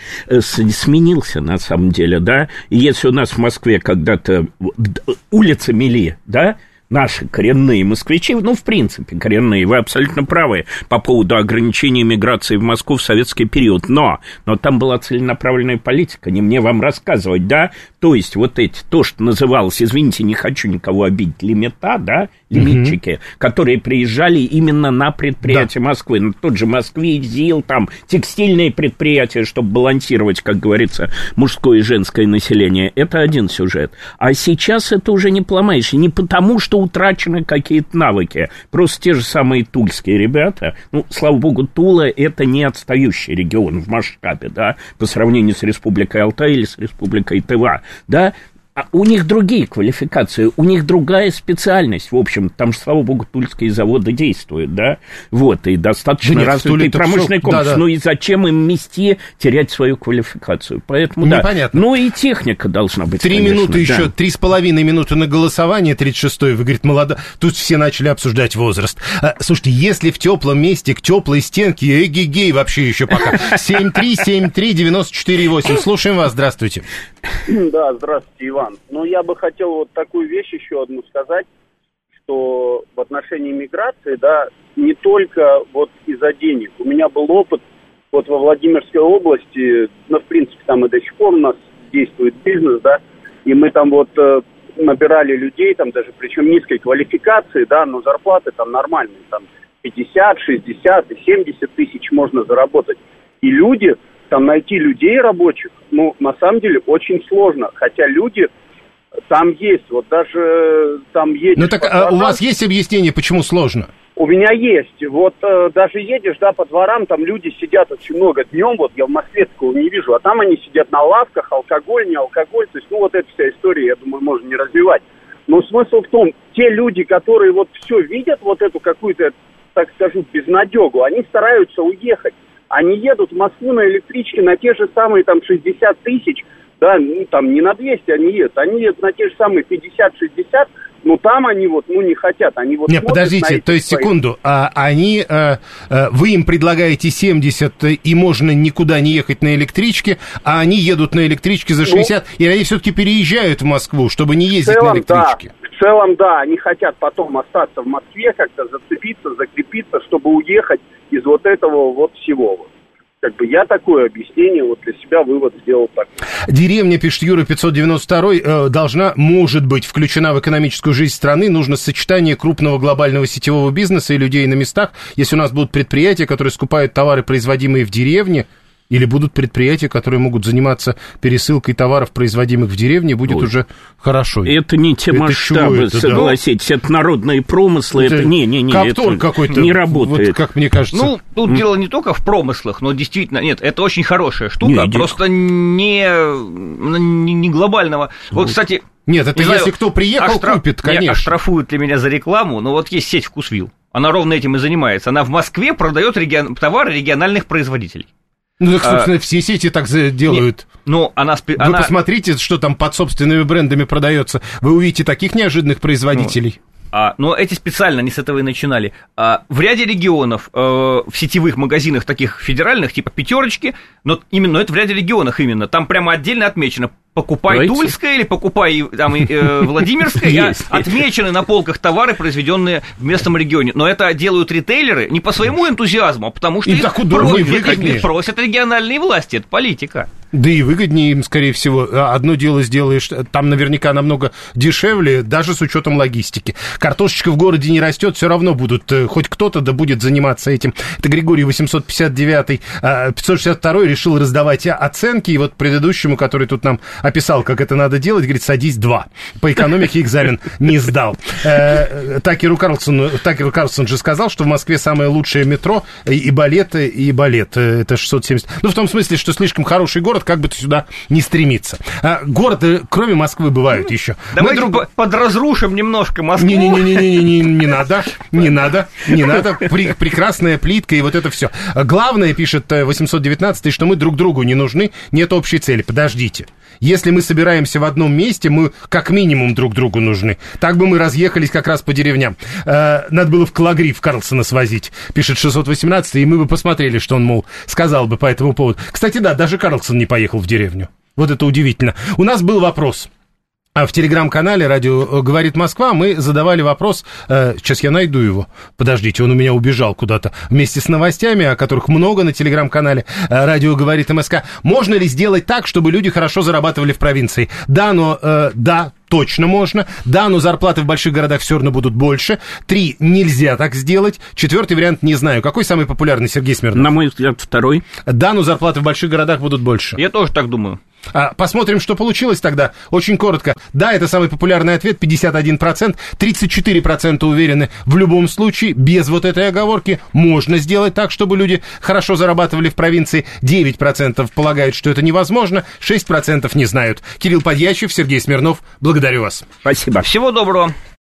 сменился на самом деле, да. И если у нас в Москве когда-то улицы мели, да, наши коренные москвичи, ну, в принципе, коренные, вы абсолютно правы по поводу ограничения миграции в Москву в советский период, но, но там была целенаправленная политика, не мне вам рассказывать, да, То есть вот эти, то, что называлось, извините, не хочу никого обидеть, лимита, да, лимитчики, угу. которые приезжали именно на предприятия да. Москвы, на тот же Москве, ЗИЛ, там, текстильные предприятия, чтобы балансировать, как говорится, мужское и женское население. Это один сюжет. А сейчас это уже не поломаешь. И не потому, что утрачены какие-то навыки. Просто те же самые тульские ребята, ну, слава богу, Тула — это не отстающий регион в масштабе, да, по сравнению с Республикой Алтай или с Республикой Тыва, да, а у них другие квалификации, у них другая специальность, в общем, там же, слава богу, тульские заводы действуют, да, вот, и достаточно да нет, развитый промышленный комплекс, да, да. ну и зачем им мести, терять свою квалификацию, поэтому, Непонятно. да, ну и техника должна быть, Три конечно, минуты да. еще, три с половиной минуты на голосование, тридцать шестой, вы, говорит, молодо, тут все начали обсуждать возраст. А, слушайте, если в теплом месте, к теплой стенке, эгегей вообще еще пока, семь три семь три девяносто четыре восемь, слушаем вас, здравствуйте. Да, здравствуйте, Иван. Ну, я бы хотел вот такую вещь еще одну сказать, что в отношении миграции, да, не только вот из-за денег. У меня был опыт вот во Владимирской области, ну, в принципе, там и до сих пор у нас действует бизнес, да, и мы там вот э, набирали людей, там даже, причем низкой квалификации, да, но зарплаты там нормальные, там пятьдесят, шестьдесят и семьдесят тысяч можно заработать. И люди... Там найти людей рабочих, ну, на самом деле, очень сложно. Хотя люди там есть, вот даже там едешь... Ну, так а у вас есть объяснение, почему сложно? У меня есть. Вот э, даже едешь, да, по дворам, там люди сидят очень много днем, вот я в Москве такого не вижу, а там они сидят на лавках, алкоголь, не алкоголь, то есть, ну, вот эта вся история, я думаю, можно не развивать. Но смысл в том, те люди, которые вот все видят, вот эту какую-то, так скажу, безнадегу, они стараются уехать. Они едут в Москву на электричке на те же самые там шестьдесят тысяч, да, ну там не на двести они едут, они едут на те же самые пятьдесят-шестьдесят, но там они вот, ну не хотят, они вот... Нет, подождите, то есть свои... секунду, а они, а, а, вы им предлагаете семьдесят и можно никуда не ехать на электричке, а они едут на электричке за шестьдесят, ну, и они все-таки переезжают в Москву, чтобы не ездить целом, на электричке. Да. В целом, да, они хотят потом остаться в Москве, как-то зацепиться, закрепиться, чтобы уехать из вот этого вот всего. Как бы я такое объяснение вот для себя вывод сделал так. Деревня, пишет Юра пятьсот девяносто два, должна, может быть, включена в экономическую жизнь страны. Нужно сочетание крупного глобального сетевого бизнеса и людей на местах. Если у нас будут предприятия, которые скупают товары, производимые в деревне, или будут предприятия, которые могут заниматься пересылкой товаров, производимых в деревне, будет Ой. уже хорошо. Это не те это масштабы, это, согласитесь, да? Это народные промыслы, это, это не, не, не, это какой-то, не работает. Вот, как мне кажется. Ну, тут mm. дело не только в промыслах, но действительно, нет, это очень хорошая штука, не, просто не, не, не глобального. Вот, кстати... Нет, это не если знаю, кто приехал, оштраф... купит, конечно. Не, оштрафуют ли меня за рекламу, но вот есть сеть «Вкусвилл», она ровно этим и занимается, она в Москве продает регион... товары региональных производителей. Ну, так, собственно, а, все сети так делают. Нет, ну, она... Вы она... посмотрите, что там под собственными брендами продается. Вы увидите таких неожиданных производителей. Ну, а, но эти специально не с этого и начинали. А, в ряде регионов, э, в сетевых магазинах таких федеральных, типа «Пятерочки», но именно это в ряде регионах именно, там прямо отдельно отмечено: покупай Давайте. Тульское или покупай там, э, Владимирское, отмечены на полках товары, произведенные в местном регионе. Но это делают ритейлеры не по своему энтузиазму, а потому что их просят, просят региональные власти, это политика. Да и выгоднее им, скорее всего. Одно дело сделаешь, там наверняка намного дешевле, даже с учетом логистики. Картошечка в городе не растет, все равно будут, хоть кто-то да будет заниматься этим. Это Григорий восемьсот пятьдесят девятый, пятьсот шестьдесят второй решил раздавать оценки, и вот предыдущему, который тут нам описал, как это надо делать, говорит, садись два. По экономике экзамен не сдал. Такеру Карлсону, Такеру Карлсон же сказал, что в Москве самое лучшее метро и балет, и балет. Это шестьсот семьдесят. Ну, в том смысле, что слишком хороший город, как бы ты сюда не стремиться. А города, кроме Москвы, бывают еще. Давайте друг... подразрушим немножко Москву. Не-не-не, не надо, не надо, не надо. При, прекрасная плитка и вот это все. Главное, пишет восемьсот девятнадцатый, что мы друг другу не нужны, нет общей цели. Подождите. Если мы собираемся в одном месте, мы как минимум друг другу нужны. Так бы мы разъехались как раз по деревням. Э, надо было в Кологрив Карлсона свозить, пишет шестьсот восемнадцатый, и мы бы посмотрели, что он, мол, сказал бы по этому поводу. Кстати, да, даже Карлсон не поехал в деревню. Вот это удивительно. У нас был вопрос. А в телеграм-канале «Радио говорит Москва» мы задавали вопрос, э, сейчас я найду его, подождите, он у меня убежал куда-то, вместе с новостями, о которых много на телеграм-канале э, «Радио говорит МСК». Можно ли сделать так, чтобы люди хорошо зарабатывали в провинции? Да, но э, да, точно можно. Да, но зарплаты в больших городах все равно будут больше. Три, нельзя так сделать. Четвертый вариант, не знаю. Какой самый популярный, Сергей Смирнов? На мой взгляд, второй. Да, но зарплаты в больших городах будут больше. Я тоже так думаю. А, посмотрим, что получилось тогда. Очень коротко. Да, это самый популярный ответ, пятьдесят один процент. тридцать четыре процента уверены, в любом случае, без вот этой оговорки, можно сделать так, чтобы люди хорошо зарабатывали в провинции. девять процентов полагают, что это невозможно. шесть процентов не знают. Кирилл Подьячев, Сергей Смирнов, благодарю вас. Спасибо. Всего доброго.